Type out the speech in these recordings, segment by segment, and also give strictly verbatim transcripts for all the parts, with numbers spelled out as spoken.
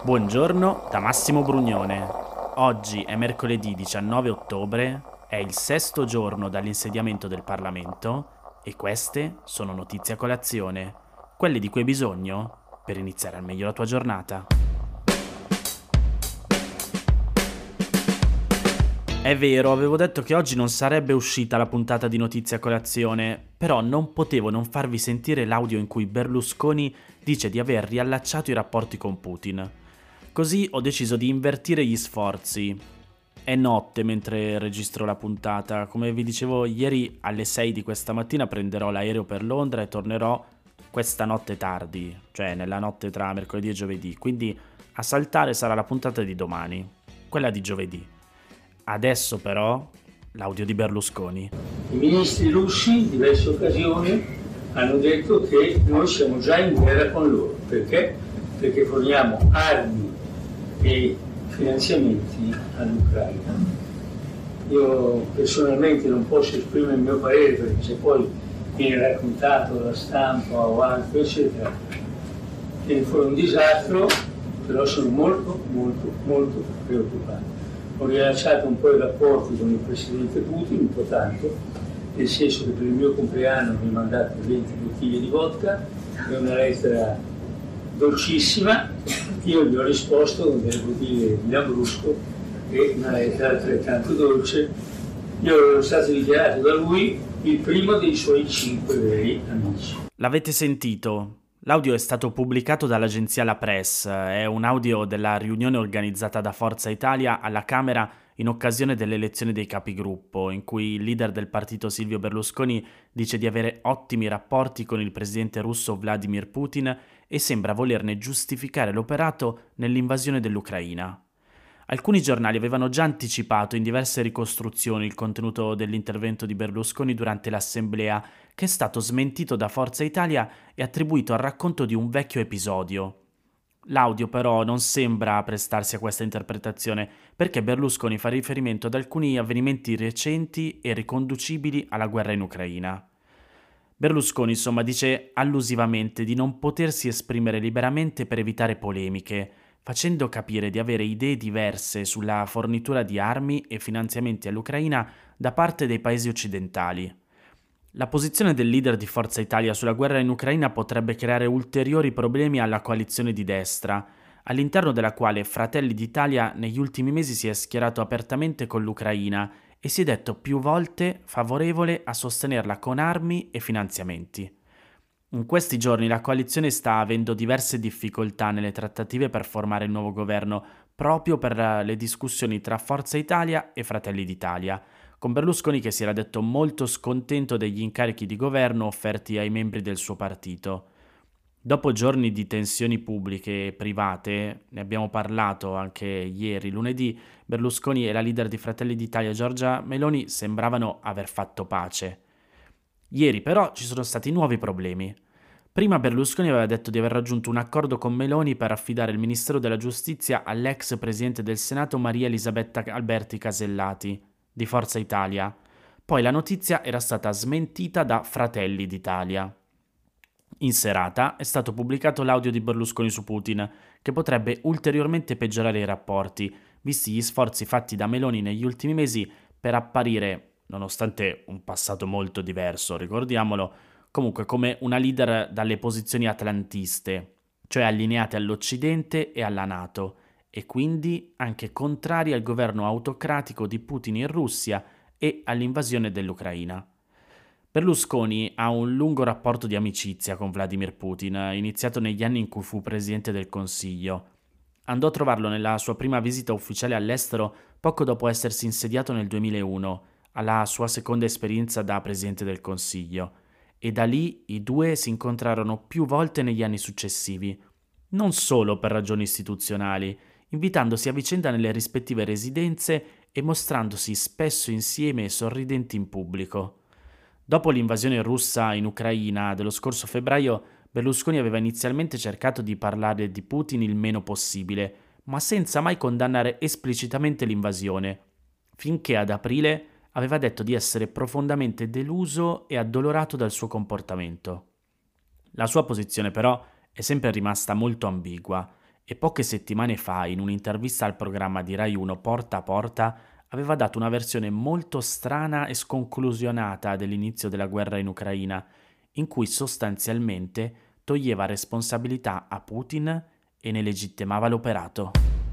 Buongiorno da Massimo Brugnone. Oggi è mercoledì diciannove ottobre, è il sesto giorno dall'insediamento del Parlamento e queste sono notizie a colazione, quelle di cui hai bisogno per iniziare al meglio la tua giornata. È vero, avevo detto che oggi non sarebbe uscita la puntata di Notizie a colazione, però non potevo non farvi sentire l'audio in cui Berlusconi dice di aver riallacciato i rapporti con Putin. Così ho deciso di invertire gli sforzi. È notte mentre registro la puntata. Come vi dicevo ieri, alle sei di questa mattina prenderò l'aereo per Londra e tornerò questa notte tardi, cioè nella notte tra mercoledì e giovedì. Quindi a saltare sarà la puntata di domani, quella di giovedì. Adesso però l'audio di Berlusconi. I ministri russi in diverse occasioni hanno detto che noi siamo già in guerra con loro. Perché? Perché forniamo armi e finanziamenti all'Ucraina. Io personalmente non posso esprimere il mio parere, perché se poi viene raccontato dalla stampa o altro eccetera viene fuori un disastro, però sono molto molto molto preoccupato. Ho rilasciato un po' i rapporti con il presidente Putin, un po' tanto, nel senso che per il mio compleanno mi ha mandato venti bottiglie di vodka e una lettera dolcissima. Io gli ho risposto con delle bottiglie di Lambrusco e una lettera altrettanto dolce. Io ero stato dichiarato da lui il primo dei suoi cinque veri amici. L'avete sentito? L'audio è stato pubblicato dall'agenzia La Presse, è un audio della riunione organizzata da Forza Italia alla Camera in occasione delle elezioni dei capigruppo, in cui il leader del partito Silvio Berlusconi dice di avere ottimi rapporti con il presidente russo Vladimir Putin e sembra volerne giustificare l'operato nell'invasione dell'Ucraina. Alcuni giornali avevano già anticipato in diverse ricostruzioni il contenuto dell'intervento di Berlusconi durante l'assemblea, che è stato smentito da Forza Italia e attribuito al racconto di un vecchio episodio. L'audio però non sembra prestarsi a questa interpretazione, perché Berlusconi fa riferimento ad alcuni avvenimenti recenti e riconducibili alla guerra in Ucraina. Berlusconi, insomma, dice allusivamente di non potersi esprimere liberamente per evitare polemiche, facendo capire di avere idee diverse sulla fornitura di armi e finanziamenti all'Ucraina da parte dei paesi occidentali. La posizione del leader di Forza Italia sulla guerra in Ucraina potrebbe creare ulteriori problemi alla coalizione di destra, all'interno della quale Fratelli d'Italia negli ultimi mesi si è schierato apertamente con l'Ucraina e si è detto più volte favorevole a sostenerla con armi e finanziamenti. In questi giorni la coalizione sta avendo diverse difficoltà nelle trattative per formare il nuovo governo, proprio per le discussioni tra Forza Italia e Fratelli d'Italia, con Berlusconi che si era detto molto scontento degli incarichi di governo offerti ai membri del suo partito. Dopo giorni di tensioni pubbliche e private, ne abbiamo parlato anche ieri, lunedì, Berlusconi e la leader di Fratelli d'Italia Giorgia Meloni sembravano aver fatto pace. Ieri però ci sono stati nuovi problemi. Prima Berlusconi aveva detto di aver raggiunto un accordo con Meloni per affidare il Ministero della Giustizia all'ex presidente del Senato Maria Elisabetta Alberti Casellati, di Forza Italia. Poi la notizia era stata smentita da Fratelli d'Italia. In serata è stato pubblicato l'audio di Berlusconi su Putin, che potrebbe ulteriormente peggiorare i rapporti, visti gli sforzi fatti da Meloni negli ultimi mesi per apparire, nonostante un passato molto diverso, ricordiamolo, comunque come una leader dalle posizioni atlantiste, cioè allineate all'Occidente e alla NATO, e quindi anche contrari al governo autocratico di Putin in Russia e all'invasione dell'Ucraina. Berlusconi ha un lungo rapporto di amicizia con Vladimir Putin, iniziato negli anni in cui fu presidente del Consiglio. Andò a trovarlo nella sua prima visita ufficiale all'estero poco dopo essersi insediato nel duemilauno, alla sua seconda esperienza da presidente del Consiglio, e da lì i due si incontrarono più volte negli anni successivi, non solo per ragioni istituzionali, invitandosi a vicenda nelle rispettive residenze e mostrandosi spesso insieme e sorridenti in pubblico. Dopo l'invasione russa in Ucraina dello scorso febbraio, Berlusconi aveva inizialmente cercato di parlare di Putin il meno possibile, ma senza mai condannare esplicitamente l'invasione, finché ad aprile aveva detto di essere profondamente deluso e addolorato dal suo comportamento. La sua posizione però è sempre rimasta molto ambigua e poche settimane fa, in un'intervista al programma di Rai uno Porta a Porta, aveva dato una versione molto strana e sconclusionata dell'inizio della guerra in Ucraina, in cui sostanzialmente toglieva responsabilità a Putin e ne legittimava l'operato.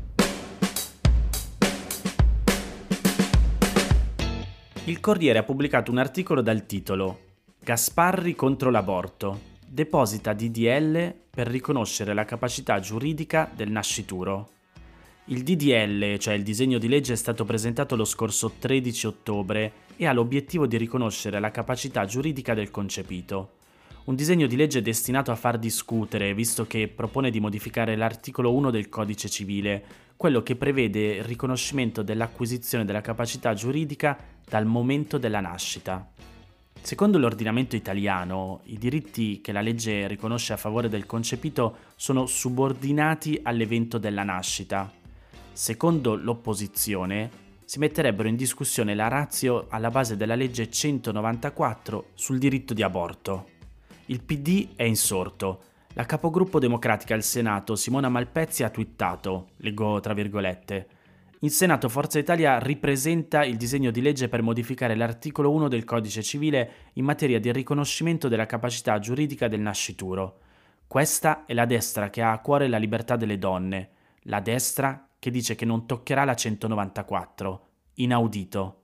Il Corriere ha pubblicato un articolo dal titolo "Gasparri contro l'aborto. Deposita D D L per riconoscere la capacità giuridica del nascituro". Il D D L, cioè il disegno di legge, è stato presentato lo scorso tredici ottobre e ha l'obiettivo di riconoscere la capacità giuridica del concepito. Un disegno di legge destinato a far discutere, visto che propone di modificare l'articolo uno del Codice Civile, quello che prevede il riconoscimento dell'acquisizione della capacità giuridica dal momento della nascita. Secondo l'ordinamento italiano, i diritti che la legge riconosce a favore del concepito sono subordinati all'evento della nascita. Secondo l'opposizione, si metterebbero in discussione la ratio alla base della legge centonovantaquattro sul diritto di aborto. Il P D è insorto. La capogruppo democratica al Senato, Simona Malpezzi, ha twittato, leggo tra virgolette: "In Senato Forza Italia ripresenta il disegno di legge per modificare l'articolo uno del Codice Civile in materia di riconoscimento della capacità giuridica del nascituro. Questa è la destra che ha a cuore la libertà delle donne, la destra che dice che non toccherà la centonovantaquattro. Inaudito".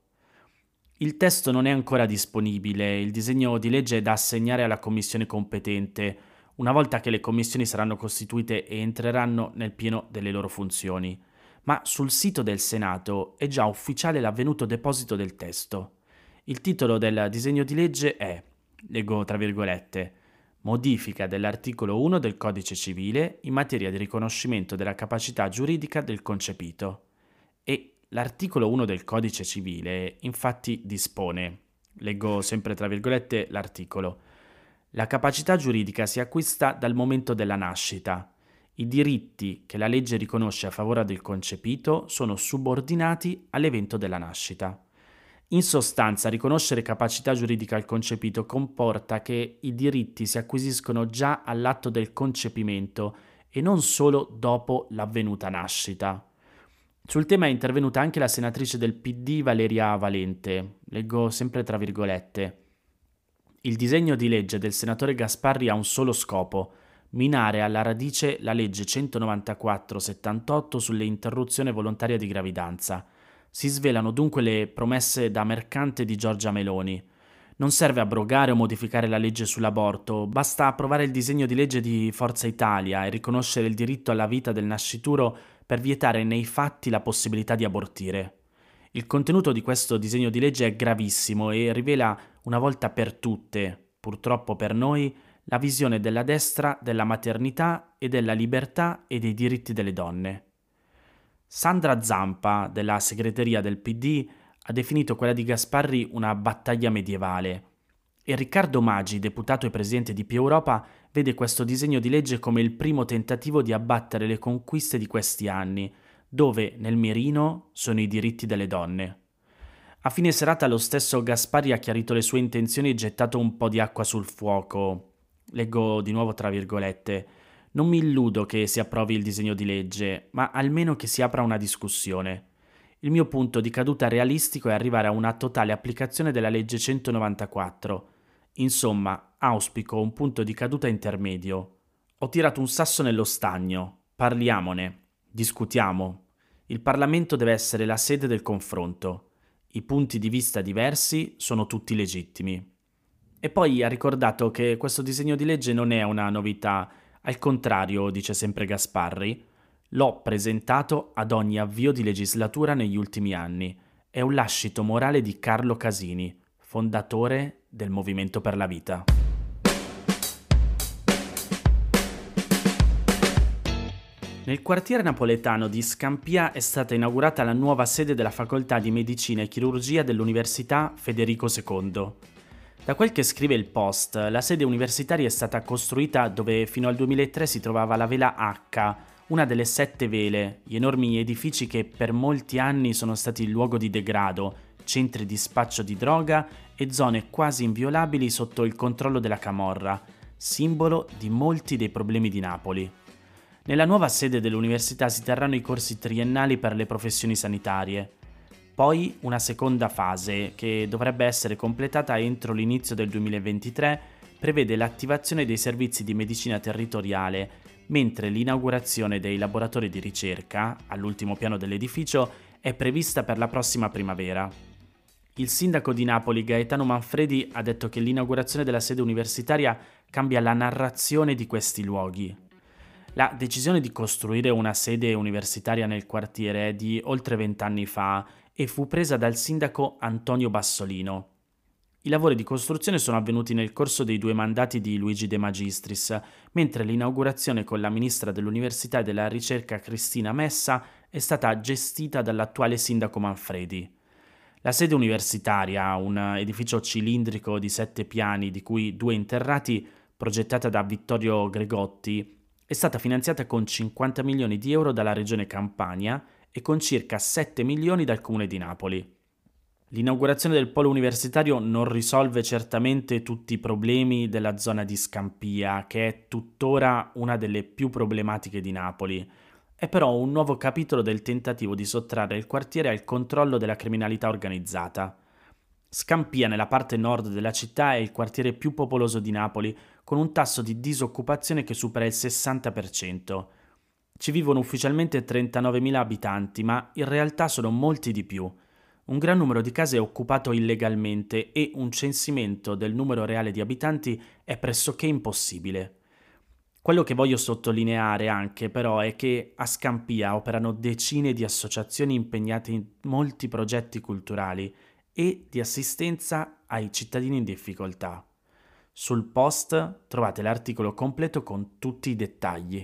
Il testo non è ancora disponibile, il disegno di legge è da assegnare alla commissione competente, una volta che le commissioni saranno costituite e entreranno nel pieno delle loro funzioni. Ma sul sito del Senato è già ufficiale l'avvenuto deposito del testo. Il titolo del disegno di legge è, leggo tra virgolette, "Modifica dell'articolo uno del Codice Civile in materia di riconoscimento della capacità giuridica del concepito". E l'articolo uno del Codice Civile infatti dispone, leggo sempre tra virgolette l'articolo: "La capacità giuridica si acquista dal momento della nascita. I diritti che la legge riconosce a favore del concepito sono subordinati all'evento della nascita". In sostanza, riconoscere capacità giuridica al concepito comporta che i diritti si acquisiscono già all'atto del concepimento e non solo dopo l'avvenuta nascita. Sul tema è intervenuta anche la senatrice del P D Valeria Valente, leggo sempre tra virgolette: "Il disegno di legge del senatore Gasparri ha un solo scopo: minare alla radice la legge centonovantaquattro settantotto sulle interruzione volontaria di gravidanza. Si svelano dunque le promesse da mercante di Giorgia Meloni. Non serve abrogare o modificare la legge sull'aborto, basta approvare il disegno di legge di Forza Italia e riconoscere il diritto alla vita del nascituro per vietare nei fatti la possibilità di abortire. Il contenuto di questo disegno di legge è gravissimo e rivela una volta per tutte, purtroppo per noi, la visione della destra della maternità e della libertà e dei diritti delle donne". Sandra Zampa, della segreteria del P D, ha definito quella di Gasparri una battaglia medievale. E Riccardo Maggi, deputato e presidente di Più Europa, vede questo disegno di legge come il primo tentativo di abbattere le conquiste di questi anni, dove nel mirino sono i diritti delle donne. A fine serata lo stesso Gasparri ha chiarito le sue intenzioni e gettato un po' di acqua sul fuoco. Leggo di nuovo tra virgolette: "Non mi illudo che si approvi il disegno di legge, ma almeno che si apra una discussione. Il mio punto di caduta realistico è arrivare a una totale applicazione della legge centonovantaquattro. Insomma, auspico un punto di caduta intermedio. Ho tirato un sasso nello stagno. Parliamone. Discutiamo. Il Parlamento deve essere la sede del confronto. I punti di vista diversi sono tutti legittimi". E poi ha ricordato che questo disegno di legge non è una novità. Al contrario, dice sempre Gasparri, "l'ho presentato ad ogni avvio di legislatura negli ultimi anni. È un lascito morale di Carlo Casini, fondatore del Movimento per la Vita". Nel quartiere napoletano di Scampia è stata inaugurata la nuova sede della Facoltà di Medicina e Chirurgia dell'Università Federico secondo. Da quel che scrive il Post, la sede universitaria è stata costruita dove fino al duemilatré si trovava la Vela H, una delle sette vele, gli enormi edifici che per molti anni sono stati il luogo di degrado, centri di spaccio di droga e zone quasi inviolabili sotto il controllo della camorra, simbolo di molti dei problemi di Napoli. Nella nuova sede dell'università si terranno i corsi triennali per le professioni sanitarie. Poi una seconda fase, che dovrebbe essere completata entro l'inizio del duemilaventitré, prevede l'attivazione dei servizi di medicina territoriale, mentre l'inaugurazione dei laboratori di ricerca, all'ultimo piano dell'edificio, è prevista per la prossima primavera. Il sindaco di Napoli, Gaetano Manfredi, ha detto che l'inaugurazione della sede universitaria cambia la narrazione di questi luoghi. La decisione di costruire una sede universitaria nel quartiere è di oltre vent'anni fa e fu presa dal sindaco Antonio Bassolino. I lavori di costruzione sono avvenuti nel corso dei due mandati di Luigi De Magistris, mentre l'inaugurazione con la ministra dell'Università e della Ricerca Cristina Messa è stata gestita dall'attuale sindaco Manfredi. La sede universitaria, un edificio cilindrico di sette piani, di cui due interrati, progettata da Vittorio Gregotti, è stata finanziata con cinquanta milioni di euro dalla Regione Campania e con circa sette milioni dal Comune di Napoli. L'inaugurazione del polo universitario non risolve certamente tutti i problemi della zona di Scampia, che è tuttora una delle più problematiche di Napoli. È però un nuovo capitolo del tentativo di sottrarre il quartiere al controllo della criminalità organizzata. Scampia, nella parte nord della città, è il quartiere più popoloso di Napoli, con un tasso di disoccupazione che supera il sessanta per cento. Ci vivono ufficialmente trentanovemila abitanti, ma in realtà sono molti di più. Un gran numero di case è occupato illegalmente e un censimento del numero reale di abitanti è pressoché impossibile. Quello che voglio sottolineare anche però è che a Scampia operano decine di associazioni impegnate in molti progetti culturali e di assistenza ai cittadini in difficoltà. Sul post trovate l'articolo completo con tutti i dettagli.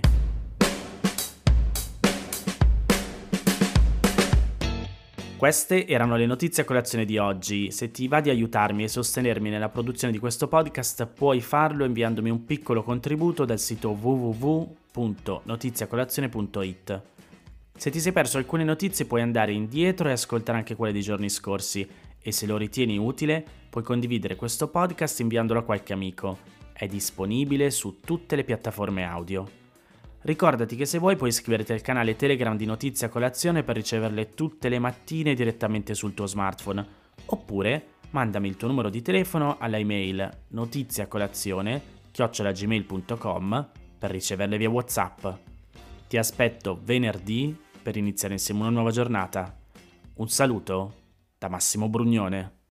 Queste erano le notizie a colazione di oggi. Se ti va di aiutarmi e sostenermi nella produzione di questo podcast, puoi farlo inviandomi un piccolo contributo dal sito w w w punto notiziacolazione punto i t. Se ti sei perso alcune notizie puoi andare indietro e ascoltare anche quelle dei giorni scorsi e se lo ritieni utile puoi condividere questo podcast inviandolo a qualche amico. È disponibile su tutte le piattaforme audio. Ricordati che se vuoi puoi iscriverti al canale Telegram di Notizia Colazione per riceverle tutte le mattine direttamente sul tuo smartphone, oppure mandami il tuo numero di telefono alla email notiziacolazione chiocciola gmail punto com per riceverle via WhatsApp. Ti aspetto venerdì per iniziare insieme una nuova giornata. Un saluto da Massimo Brugnone.